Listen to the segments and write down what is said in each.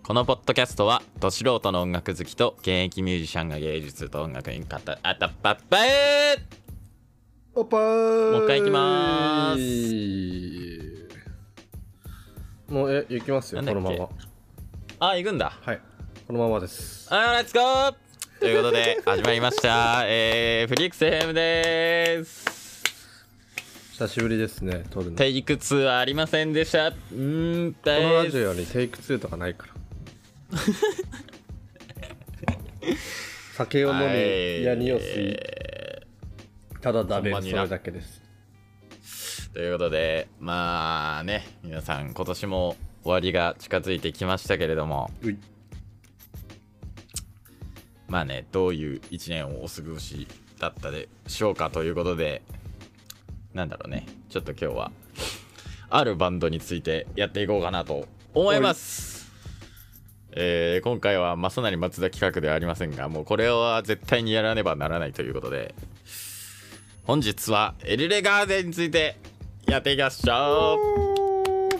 このポッドキャストはど素人の音楽好きと現役ミュージシャンが芸術と音楽に語るあたっぱっぱーおっぱーもう一回いきまーす。もう行きますよ、 なんだっけこのまま。 あ、行くんだ。 はい、このままです。 レッツゴーということで始まりましたフリックス FM でーす。 久しぶりですね、撮るの。 テイク2はありませんでした。 このラジオよりテイク2とかないから酒を飲み、ヤニを吸い、ただだれる、それだけです。 ということで、まあね、皆さん今年も終わりが近づいてきましたけれども、まあね、どういう1年をお過ごしだったでしょうかということで、なんだろうね、ちょっと今日はあるバンドについてやっていこうかなと思います。今回は正成松田企画ではありませんが、もうこれは絶対にやらねばならないということで、本日はエルレガーデンについてやっていきましょう。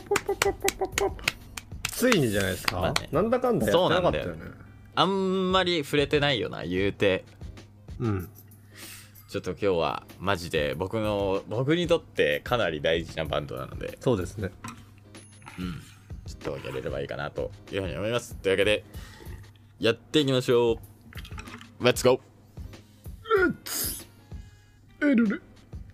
ついにじゃないですか、 まあね、 なんだかんだやってなかったよね。 あんまり触れてないよな、言うて。ちょっと今日はマジで僕にとってかなり大事なバンドなので、 そうですね。 ちょっとやれればいいかなというふうに思います。というわけでやっていきましょう。レッツゴー。 レッツエルレ。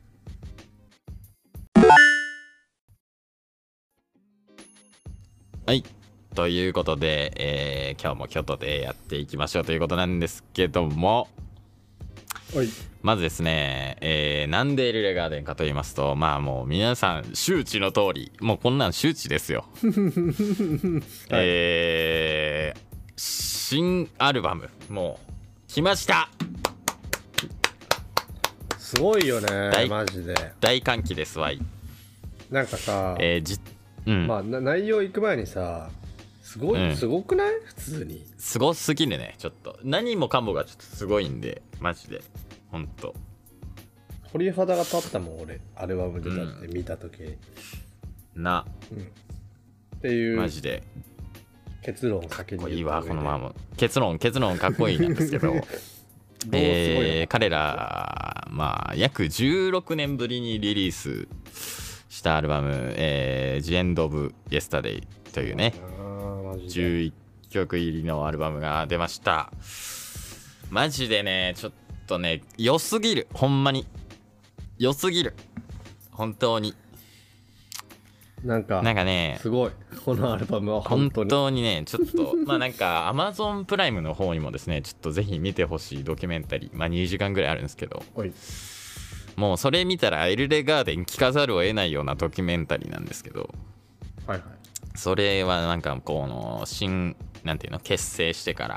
はい、ということで、今日も京都でやっていきましょうということなんですけども、 はい、 まずですね、なんでエルレガーデンかと言いますと、まあもう皆さん周知の通り、もうこんなん周知ですよ。はい、新アルバムもう来ました。 すごいよね、マジで大歓喜ですわい。 なんかさ、まあ内容行く前にさ、すごくない？普通にすごすぎるね。ちょっと何もかもがちょっとすごいんで、マジでほんと鳥肌が立ったもん、俺アルバム出たって見た時な、 っていうマジで結論を先に言う。 いいわ、このまま結論かっこいいなんですけど彼らまあ約16年ぶりにリリースしたアルバム「The End of Yesterday」というね11曲入りのアルバムが出ました。マジでね、ちょっとね、良すぎる。ほんまに良すぎる。本当になんかね、 すごい、このアルバムは本当にね、ちょっとまあなんか Amazon プライムの方にもですね、ちょっとぜひ見てほしいドキュメンタリー、まあ2時間ぐらいあるんですけど、もうそれ見たらエルレガーデン聴かざるを得ないようなドキュメンタリーなんですけど、それはなんかこのなんていうの、結成してから、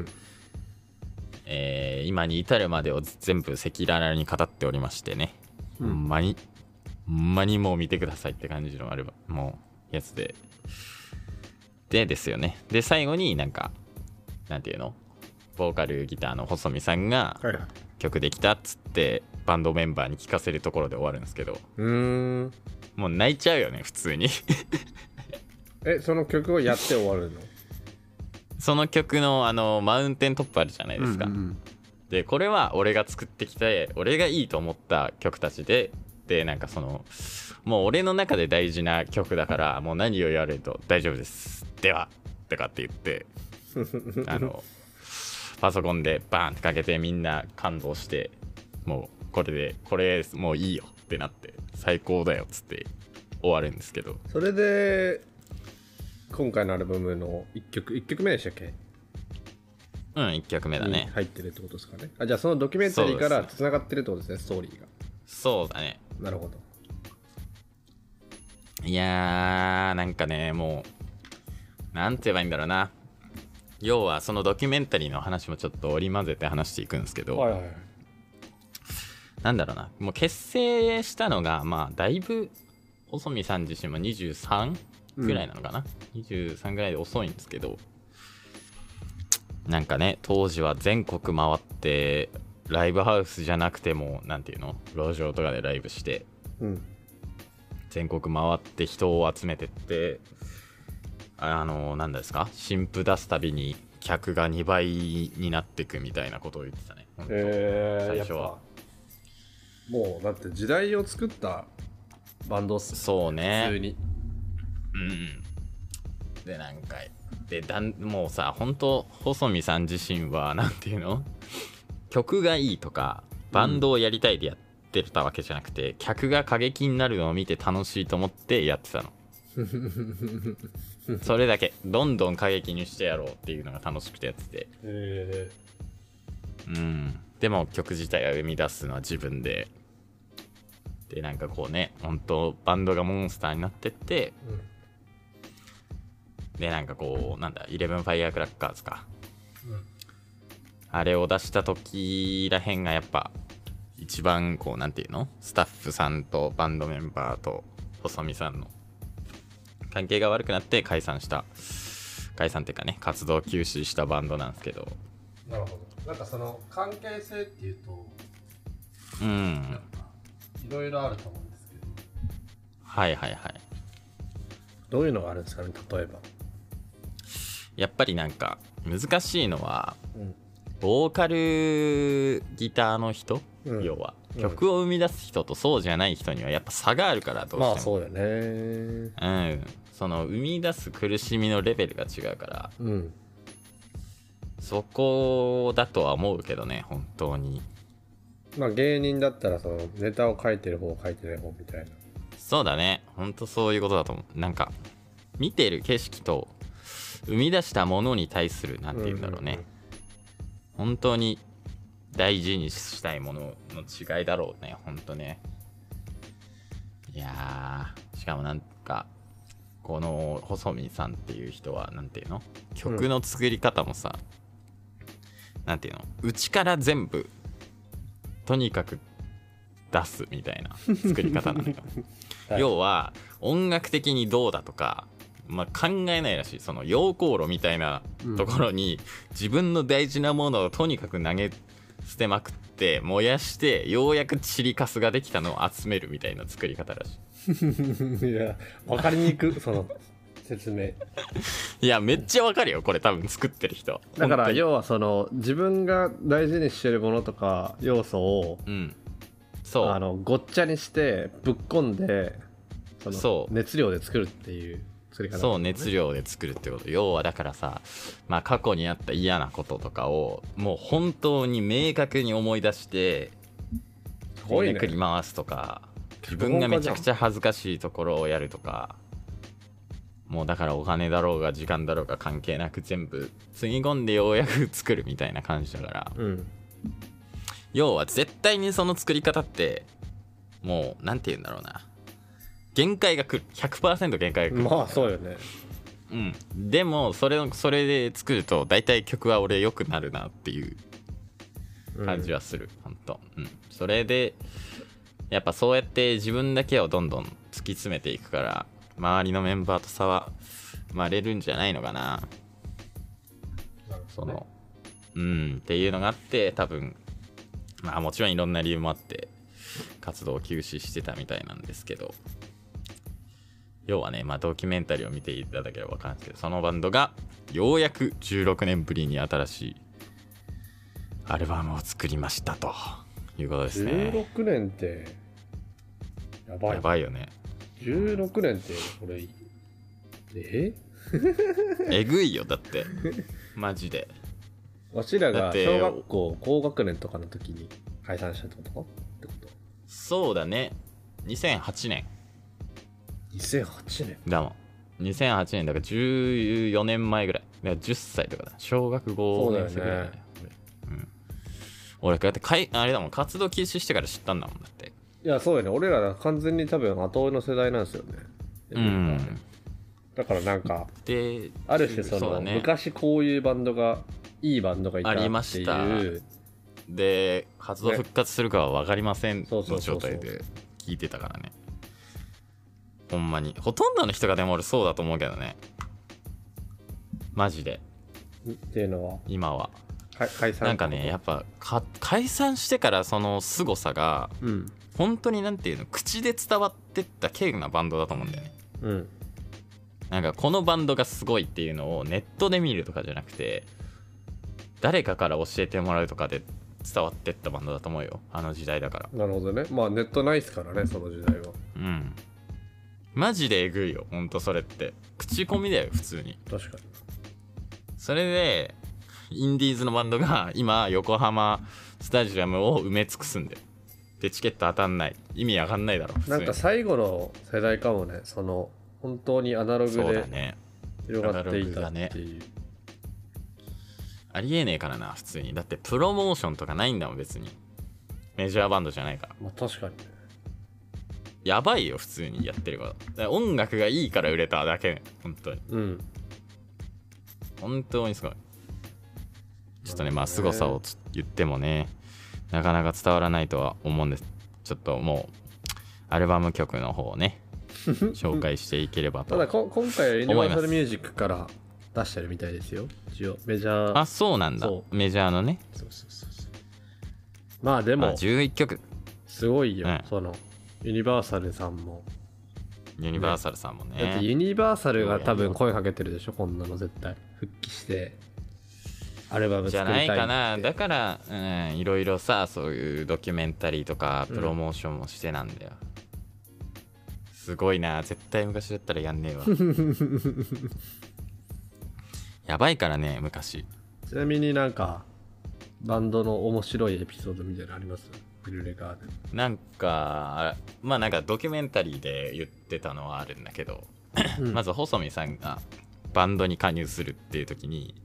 今に至るまでを全部赤裸々に語っておりましてね、ほんまにもう見てくださいって感じのあればもうやつでですよね。で最後になんていうの、ボーカルギターの細見さんが曲できたっつってバンドメンバーに聴かせるところで終わるんですけど、もう泣いちゃうよね普通にその曲をやって終わるの？ その曲のマウンテントップあるじゃないですか、でこれは俺が作ってきて俺がいいと思った曲たちでなんかもう俺の中で大事な曲だから、もう何を言われると大丈夫ですではとかって言ってパソコンでバーンってかけてみんな感動して、もうこれもういいよってなって最高だよっつって終わるんですけど、 それで今回のアルバムの1曲目でしたっけ ？1曲目だね。 入ってるってことですかね。じゃあそのドキュメンタリーからつながってるってことですね、ストーリーが。 そうだね。 なるほど。 いやー、なんかね、もうなんて言えばいいんだろうな。要はそのドキュメンタリーの話もちょっと織り交ぜて話していくんですけど、なんだろうな、もう結成したのがまあだいぶ細見さん自身も23ぐらいなのかな、23ぐらいで遅いんですけど、なんかね、当時は全国回ってライブハウスじゃなくてもなんていうの、路上とかでライブして、全国回って人を集めてってなんですか、新譜出すたびに客が2倍になっていくみたいなことを言ってたね。最初はもうだって時代を作ったバンドっす。 そうね、 普通に。 でなんかもうさ、本当細見さん自身はなんていうの、曲がいいとかバンドをやりたいでやってたわけじゃなくて、客が過激になるのを見て楽しいと思ってやってたの。それだけ、どんどん過激にしてやろうっていうのが楽しくてやってて、でも曲自体は生み出すのは自分で、なんかこうね、本当バンドがモンスターになってって、でなんかこうなんだ、イレブンファイヤークラッカーズか、あれを出した時らへんがやっぱ一番こうなんていうの、スタッフさんとバンドメンバーと細見さんの関係が悪くなって解散っていうかね、活動休止したバンドなんですけど。 なるほど。なんかその関係性っていうと、いろいろあると思うんですけど。 はい。 どういうのがあるんですかね、例えば。 やっぱりなんか難しいのは、ボーカルギターの人、要は曲を生み出す人とそうじゃない人にはやっぱ差があるから、どうしても。まあそうよね。 その生み出す苦しみのレベルが違うから、そこだとは思うけどね、本当に。 まあ芸人だったらそのネタを書いてる方書いてない方みたいな。 そうだね、本当そういうことだと思う。なんか見てる景色と生み出したものに対するなんていうんだろうね、本当に大事にしたいものの違いだろうね、本当ね。いやー、しかもなんかこの細見さんっていう人はなんていうの、曲の作り方もさ、なんていうの、内から全部とにかく出すみたいな作り方なのよ。はい、要は音楽的にどうだとか、考えないらしい。その溶鉱炉みたいなところに自分の大事なものをとにかく投げ捨てまくって燃やして、ようやくチリカスができたのを集めるみたいな作り方らしい。 いや分かりにくその説明。 いやめっちゃ分かるよこれ、多分作ってる人。 だから要はその自分が大事にしてるものとか要素を、そうごっちゃにしてぶっ込んで、その熱量で作るっていう作り方、ね、 そう、熱量で作るってこと。要はだからさ、過去にあった嫌なこととかをもう本当に明確に思い出してこうめくり回すとか、自分がめちゃくちゃ恥ずかしいところをやるとか、もうだからお金だろうが時間だろうが関係なく全部つぎ込んでようやく作るみたいな感じだから、要は絶対にその作り方ってもうなんて言うんだろうな、限界が来る。 100% 限界が来る。 まあそうよね。 でもそれで作ると大体曲は俺良くなるなっていう感じはする、ほんと。それでやっぱそうやって自分だけをどんどん突き詰めていくから、周りのメンバーと差は生まれるんじゃないのかな。そのっていうのがあって、多分もちろんいろんな理由もあって活動を休止してたみたいなんですけど、要はね、ドキュメンタリーを見ていただければ分かるんですけど、そのバンドがようやく16年ぶりに新しいアルバムを作りましたということですね。 16年ってやばいよね。 16年ってこれえぐいよ、だってマジで。 わしらが小学校高学年とかの時に解散したってこと？ そうだね、2008年だもん。2008年だから14年前ぐらい。だから10歳とかだ。小学5年生ぐらいだね。俺だってあれだもん、活動休止してから知ったんだもん。だって。 いやそうやね、俺ら完全に多分後追いの世代なんですよね。だからなんかである種その昔こういうバンドがいいバンドがいたっていう、ありました。 で活動復活するかは分かりませんの状態で聞いてたからね。ほんまにほとんどの人がでも俺そうだと思うけどね、マジで。 っていうのは今は解散なんかね、やっぱ解散してからその凄さが、本当になんていうの、口で伝わってった軽なバンドだと思うんだよね。 なんかこのバンドがすごいっていうのをネットで見るとかじゃなくて、誰かから教えてもらうとかで伝わってったバンドだと思うよ、あの時代だから。 なるほどね。まあネットないっすからね、その時代は。 うん。マジでえぐいよ、ほんとそれって。口コミだよ、普通に。 確かに。 それで、インディーズのバンドが今、横浜スタジアムを埋め尽くすんだよ。で、チケット当たんない。意味わかんないだろ、普通に。 なんか最後の世代かもね、その、本当にアナログで広がっていたっていう。 ありえねえからな、普通に。だってプロモーションとかないんだもん、別に。メジャーバンドじゃないから。 まあ確かにね。 やばいよ、普通にやってること。だから音楽がいいから売れただけね、本当に。 うん。 本当にすごい。ちょっとね、まあ、凄さを言ってもね、なかなか伝わらないとは思うんです。ちょっともう、アルバム曲の方をね、紹介していければと。 ただ今回はユニバーサルミュージックから出してるみたいですよ。一応メジャー。 あ、そうなんだ。メジャーのね。 そう。まあでも、 11曲。 すごいよ、その、ユニバーサルさんも。 ユニバーサルさんもね。 だってユニバーサルが多分声かけてるでしょ、こんなの絶対。復帰して、アルバム作りたいって。 じゃないかな。だから、いろいろさ、そういうドキュメンタリーとか、プロモーションもしてなんだよ。すごいな、絶対昔だったらやんねえわ。やばいからね、昔。 ちなみになんかバンドの面白いエピソードみたいなのあります？エルレガーデン。 なんかまあなんかドキュメンタリーで言ってたのはあるんだけど、まず細見さんがバンドに加入するっていう時に、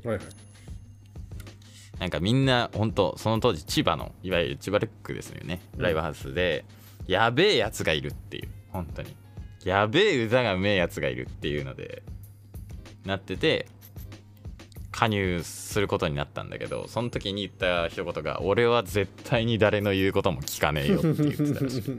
なんかみんな本当その当時千葉のいわゆる千葉レックですよね、ライブハウスでやべえやつがいるっていう、本当にやべえ歌がうめえやつがいるっていうのでなってて加入することになったんだけど、その時に言った一言が、俺は絶対に誰の言うことも聞かねえよって言ってたらしい。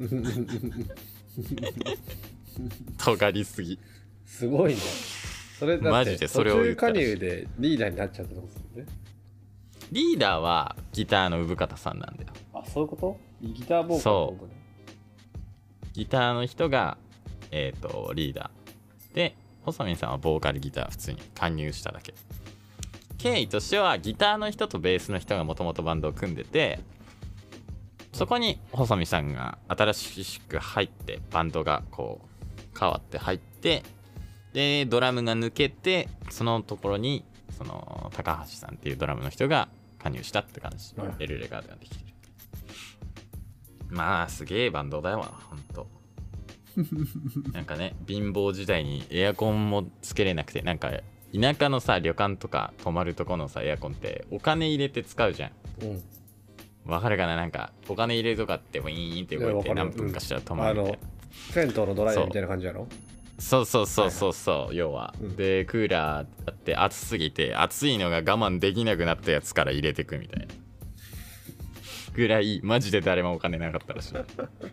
尖りすぎ。 すごいね。それだってマジでそれを言ったらしい。 途中加入でリーダーになっちゃったんですよね。 リーダーはギターの産方さんなんだよ。 あ、そういうこと？ギターボーカルってことね。 ギターの人がリーダーで、細見さんはボーカルギター普通に加入しただけ。経緯としてはギターの人とベースの人がもともとバンドを組んでて、そこに細見さんが新しく入って、バンドがこう変わって入って、でドラムが抜けて、そのところにその高橋さんっていうドラムの人が加入したって感じ。エルレガードができてる。まあすげえバンドだよな、ほんと。なんかね、貧乏時代にエアコンもつけれなくて、なんか田舎のさ旅館とか泊まるとこのさエアコンってお金入れて使うじゃん。わかるかな。なんかお金入れるとかってウィーンって動いて何分かしたら止まるみたいな、 銭湯のドライヤーみたいな感じやろ。 そう要は、でクーラーあって暑すぎて、暑いのが我慢できなくなったやつから入れてくみたいなぐらいマジで誰もお金なかったらしい。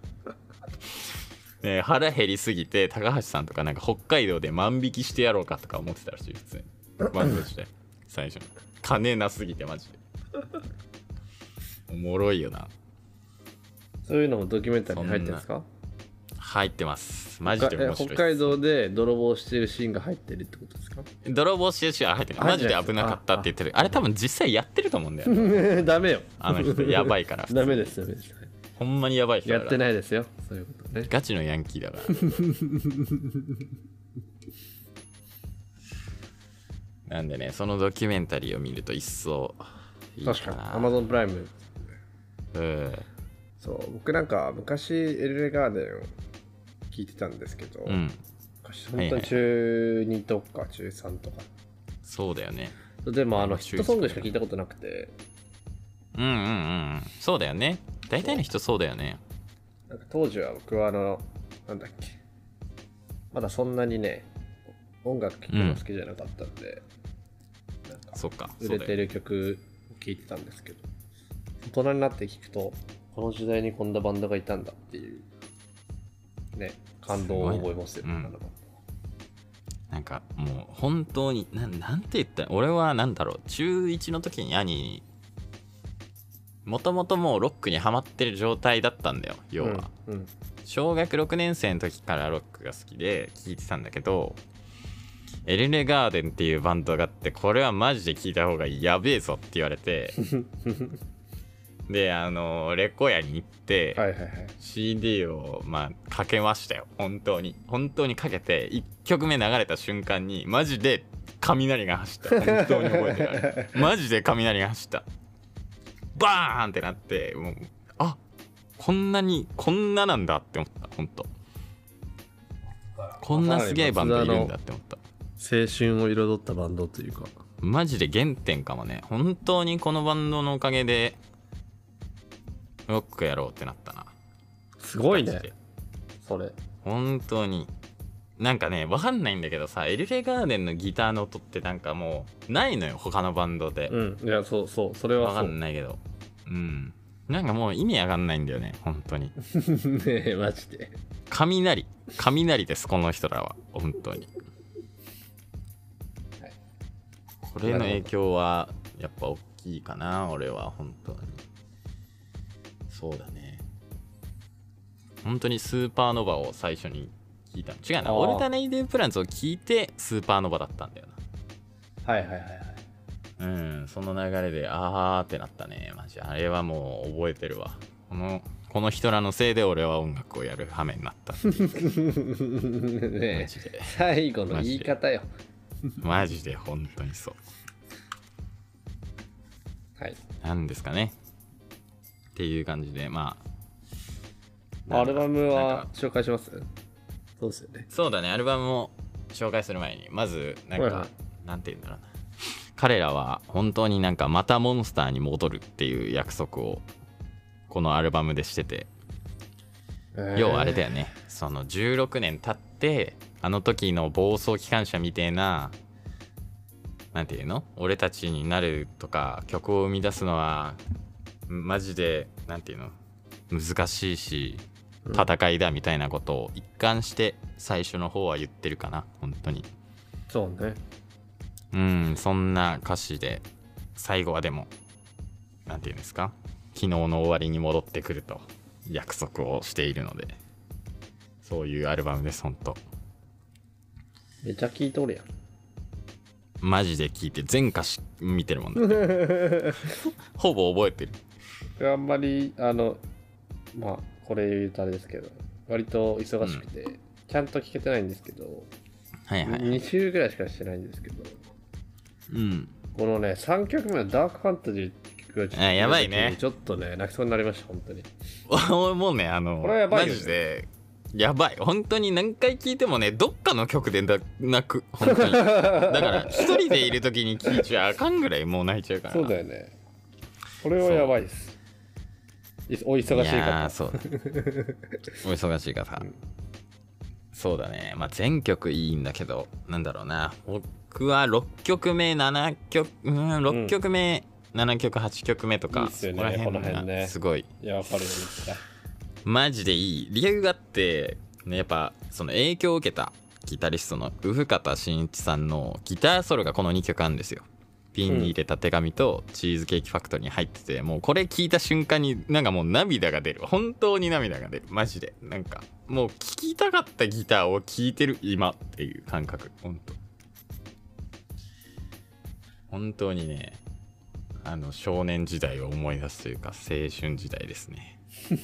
ね、腹減りすぎて高橋さんとかなんか北海道で万引きしてやろうかとか思ってたらしい、普通にバンドして最初に金なすぎてマジでおもろいよな。 そういうのもドキュメンタリーに入ってるんですか？ 入ってます。マジで面白い。 北海道で泥棒してるシーンが入ってるってことですか？ 泥棒してるシーンは入ってる。マジで危なかったって言ってる。あれ多分実際やってると思うんだよ。 ダメよ。 あの人やばいから。 ダメです。 ほんまにやばい人だから。 やってないですよ。そういうことね。 ガチのヤンキーだから。なんでね、そのドキュメンタリーを見ると一層いいかな。 確かに Amazon プライム。そう、僕なんか昔エルレガーデンを聞いてたんですけど、昔本当に中2とか中3とか。 そうだよね。 でもヒットソングしか聞いたことなくて。 そうだよね。大体の人そうだよね。 なんか当時は僕はなんだっけ、まだそんなにね音楽聴くの好きじゃなかったんで、なんかそっか、 売れてる曲を聴いてたんですけど、大人になって聴くとこの時代にこんなバンドがいたんだっていうね、感動を覚えますよね。 なんかもう本当になんて言ったら、俺はなんだろう、中1の時に兄にもともともうロックにハマってる状態だったんだよ、要は、小学6年生の時からロックが好きで聴いてたんだけど、 エルレガーデンっていうバンドがあって、これはマジで聞いた方がやべえぞって言われてでレコヤに行って、 はいはいはい、 CD をかけましたよ。本当にかけて1曲目流れた瞬間にマジで雷が走った。本当に覚えてるマジで雷が走った。バーンってなって、もうこんななんだって思った。本当こんなすげえバンドいるんだって思った。 青春を彩ったバンドというか、 マジで原点かもね。本当にこのバンドのおかげでロックやろうってなったな。 すごいねそれ。 本当になんかね、わかんないんだけどさ、エルレガーデンのギターの音ってなんかもうないのよ、他のバンドで。 いやそうそれはわかんないけど、なんかもう意味わかんないんだよね、本当にねえマジで雷です、この人らは本当に。これの影響はやっぱ大きいかな、俺は本当に。そうだね、本当にスーパーノヴァを最初に聞いたの。違うな、オルタネイティブプランツを聞いてスーパーノヴァだったんだよな。はいはいはいはい。 その流れであーってなったね。マジあれはもう覚えてるわ。この人らのせいで俺は音楽をやる羽目になったねえ、マジで最後の言い方よ。 マジで本当にそう。 はい。 なんですかねっていう感じで、 アルバムは紹介します？そうですよね。 そうだね、アルバムを紹介する前にまずなんか、なんて言うんだろうな、彼らは本当になんかまたモンスターに戻るっていう約束をこのアルバムでしてて、要はあれだよね、その16年経ってあの時の暴走機関車みたいな、なんていうの、俺たちになるとか曲を生み出すのはマジでなんていうの難しいし戦いだみたいなことを一貫して最初の方は言ってるかな。本当にそうね。 そんな歌詞で最後はでもなんていうんですか、昨日の終わりに戻ってくると約束をしているので、そういうアルバムです。本当めちゃ聴いとるやん。 マジで聴いて全歌詞見てるもんだってほぼ覚えてる。 あんまりこれ言うとあれですけど、割と忙しくて、ちゃんと聴けてないんですけど、2週ぐらいしかしてないんですけど、このね3曲目のダークファンタジーって曲がちょっとやばいね。 ちょっとね泣きそうになりました本当に。 もうねこれはやばいよね、マジでやばい。本当に何回聴いてもね、どっかの曲で泣く本当にだから一人でいる時に聴いちゃあかんぐらいもう泣いちゃうから。 そうだよね、これはやばいです。お忙しい方。 そうお忙しい方、そうだね。全曲いいんだけど、なんだろうな、僕は6曲目7曲6曲目、7曲8曲目とか、 いいっすよね、この辺ね。 すごい、 いや、わかるよ、めっちゃマジでいい理由があって、ね、やっぱその影響を受けたギタリストの生方真一さんのギターソロがこの2曲あるんですよ。ピンに入れた手紙とチーズケーキファクトリーに入ってて、もうこれ聞いた瞬間になんかもう涙が出る。本当に涙が出る。マジでなんかもう聴きたかったギターを聴いてる今っていう感覚。本当にね、少年時代を思い出すというか青春時代ですね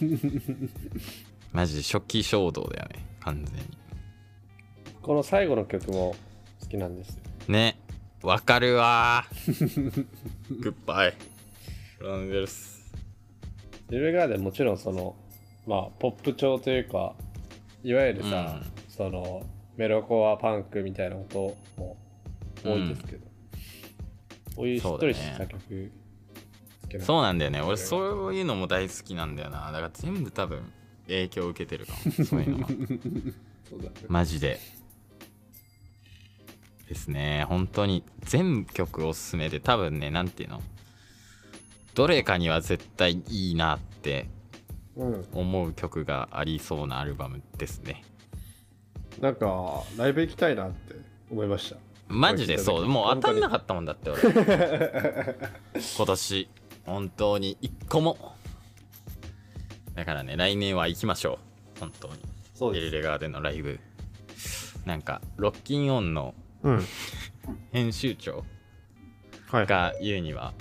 マジで初期衝動だよね、完全に。 この最後の曲も好きなんですよね。わかるわグッバイランデルス。 エルレガーデンもちろんそのポップ調というか、いわゆるさ、そのメロコアパンクみたいなことも多いですけど、こういうしっとりした曲好きな。 そうなんだよね、俺そういうのも大好きなんだよな。だから全部多分影響を受けてるかも、そういうのはそうだね、 マジでですね。本当に全曲おすすめで、多分ね、なんていうの、どれかには絶対いいなって思う曲がありそうなアルバムですね。 なんかライブ行きたいなって思いました。 マジでそう、もう当たんなかったもんだって俺今年本当に1個も。だからね、来年は行きましょう本当に。エルレガーデンのライブ、なんかロッキンオンのうん、 編集長が言うには、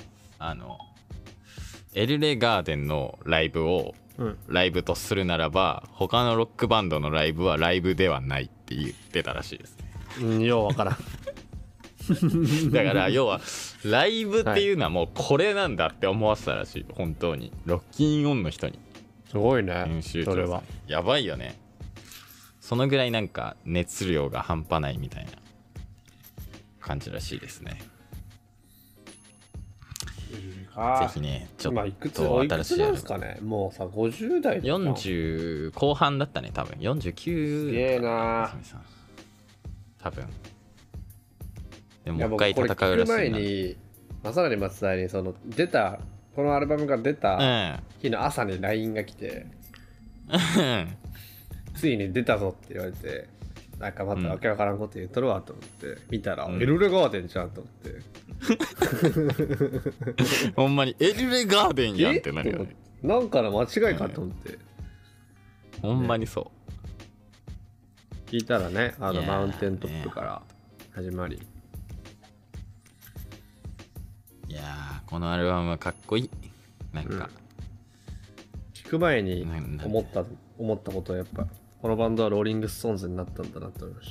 エルレガーデンのライブをライブとするならば、他のロックバンドのライブはライブではないって言ってたらしいですね。 ようわからん。 だから要はライブっていうのはもうこれなんだって思わせたらしい、本当にロッキンオンの人に。 すごいね、 編集長それはやばいよね。そのぐらいなんか熱量が半端ないみたいな感じらしいですね。ぜひね、ちょっと新しいですかね。もうさ、50代とか 40後半だったね、多分49。 すげえな多分。でももう一回戦うらしいな。 前に正成松田にその出たこのアルバムが出た日の朝に LINE が来て、ついに出たぞって言われて、なんかまたわけわからんこと言うとるわと思って見たら、エルレガーデンじゃんと思って。 ほんまにエルレガーデンやんってなるよね。 なんかの間違いかと思って、 ほんまにそう、 聞いたらね、マウンテントップから始まり、 いやー、このアルバムはかっこいい。なんか、 聞く前に思ったことは、やっぱこのバンドはローリングストーンズになったんだなと思いました。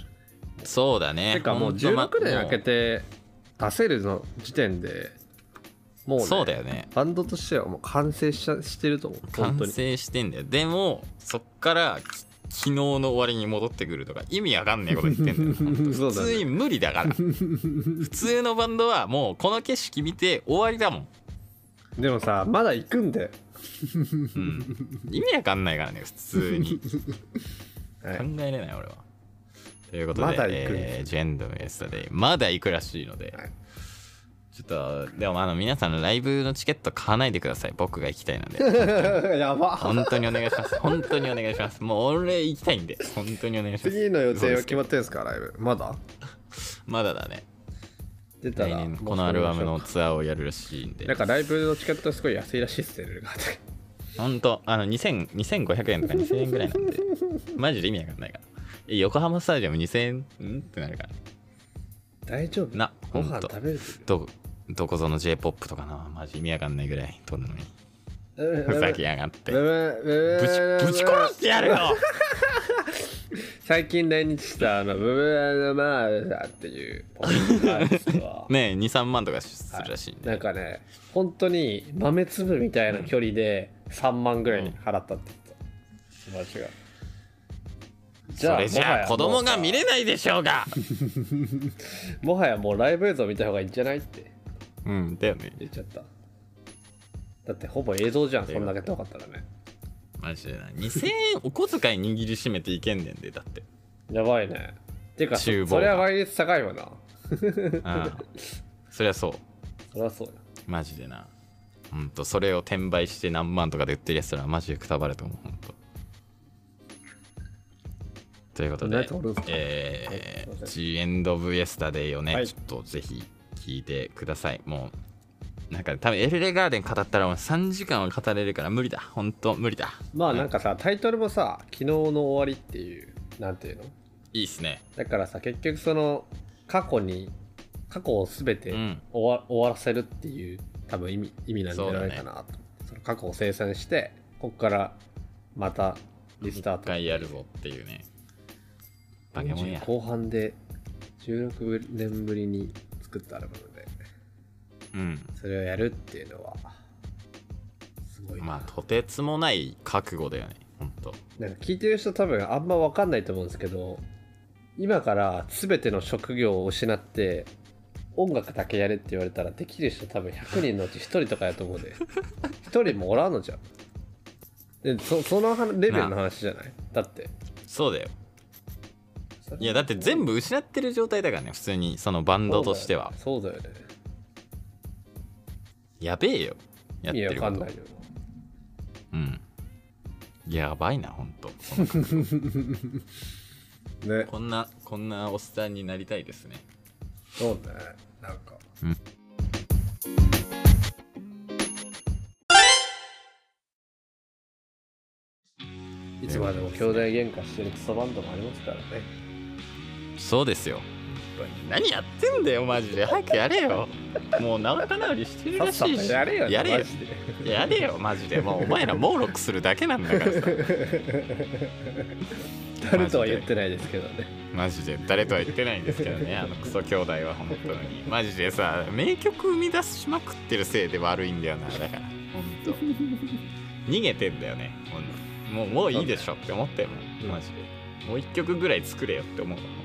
そうだね。 てかもう16年明けて出せるの時点でもう、ね、 そうだよね。 バンドとしてはもう完成してると思う。 完成してんだよ。でもそっから昨日の終わりに戻ってくるとか意味わかんないこと言ってんだよ。普通に無理だから。普通のバンドはもうこの景色見て終わりだもん。 でもさ、まだ行くんだよ。 意味わかんないからね、普通に。はい、考えれない俺は。ということで、 まだ行くジェンドメスタでまだ行くらしいので、はい、ちょっとでも皆さんのライブのチケット買わないでください。僕が行きたいので。 やば。 本当にお願いします。本当にお願いします。もう俺行きたいんで本当にお願いします。 次の予定は決まってるんですか、ライブ。まだだね。 出たら来年このアルバムのツアーをやるらしいんで。 なんかライブのチケットすごい安いらしいっすね。 本当2500円とか2000円ぐらいなんでマジで意味わかんないから。横浜スタジアム2000円ってなるから。 大丈夫な、 ご飯食べるどこぞの J-POP とかな、マジ意味わかんないぐらい撮るのにふざけやがってぶち殺してやるよ。 最近来日したブブマーダっていうポップアーティストはねえ 2,3 万とかするらしいんで、 なんかね、本当に豆粒みたいな距離で3万ぐらいに払ったって言った、友達が。 それじゃあ子供が見れないでしょうが。 もはやもうライブ映像見た方がいいんじゃないってだよね言っちゃった。だってほぼ映像じゃん、そんだけ遠かったらね。 マジでな、2000円お小遣い握りしめていけんねんで。だってやばいね。てかそれは倍率高いわな。 そりゃそう。 そりゃそうや。 マジでな。それを転売して何万とかで売ってるやつらはマジでくたばれと思う。ほんと。ということで、The End of Yesterday をね、はい、ちょっとぜひ聞いてください。もうなんか多分エルレガーデン語ったらもう3時間は語れるから無理だ。ほんと無理だ。 まあなんかさ、タイトルもさ、昨日の終わりっていう、なんていうの、 いいっすね。 だからさ、結局その過去を全て終わらせるっていう多分意味なんじゃないかなと。その過去を清算してここからまたリスタート、 一回やるぞっていうね。バケモンや。 後半で16年ぶりに作ったアルバムで、それをやるっていうのはすごいな。 まあとてつもない覚悟だよね。ほんとなんか聞いてる人多分あんま分かんないと思うんですけど、今から全ての職業を失って音楽だけやれって言われたらできる人多分100人のうち1人とかやと思うで。1人もおらんのじゃん。でそのレベルの話じゃない。だってそうだよ。いやだって全部失ってる状態だからね、普通にそのバンドとしては。 そうだよね。 やべえよ、やってること。 意味わかんないよ。 やばいなほんと。 ね、 こんなおっさんになりたいですね。 そうね、なんか、いつまでも兄弟喧嘩してるクソバンドもありますからね。 そうですよ。 何やってんだよマジで。早くやれよ。もう仲直りしてるらしいし。 やれよ、 やれよやれよマジで。もうお前ら猛録するだけなんだからさ。 誰とは言ってないですけどね。 マジで誰とは言ってないんですけどね、あのクソ兄弟は本当にマジでさ、名曲生み出しまくってるせいで悪いんだよな。だから本当逃げてんだよね。もういいでしょって思ってもマジで。もう一曲ぐらい作れよって思うわ。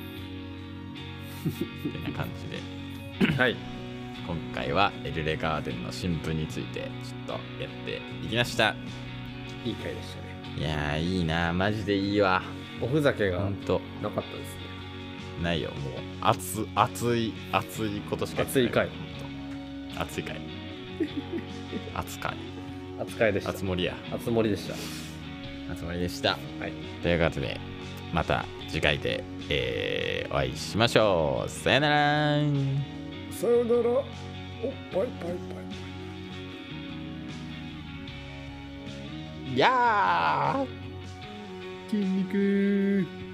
みたいな感じで、 はい、 今回はエルレガーデンの新譜についてちょっとやっていきました。 いい回でしたね。 いやーいいな、マジでいいわ。 おふざけがほんとなかったですね。 ないよ、もう熱いことしか言ってない。 熱い回熱い回熱回熱回でした。 熱盛りや。 熱盛りでした。 熱盛りでした。 はい、 ということでまた次回で、お会いしましょう。さよなら。 さよなら。おっぱいパイパイ。 やー筋肉。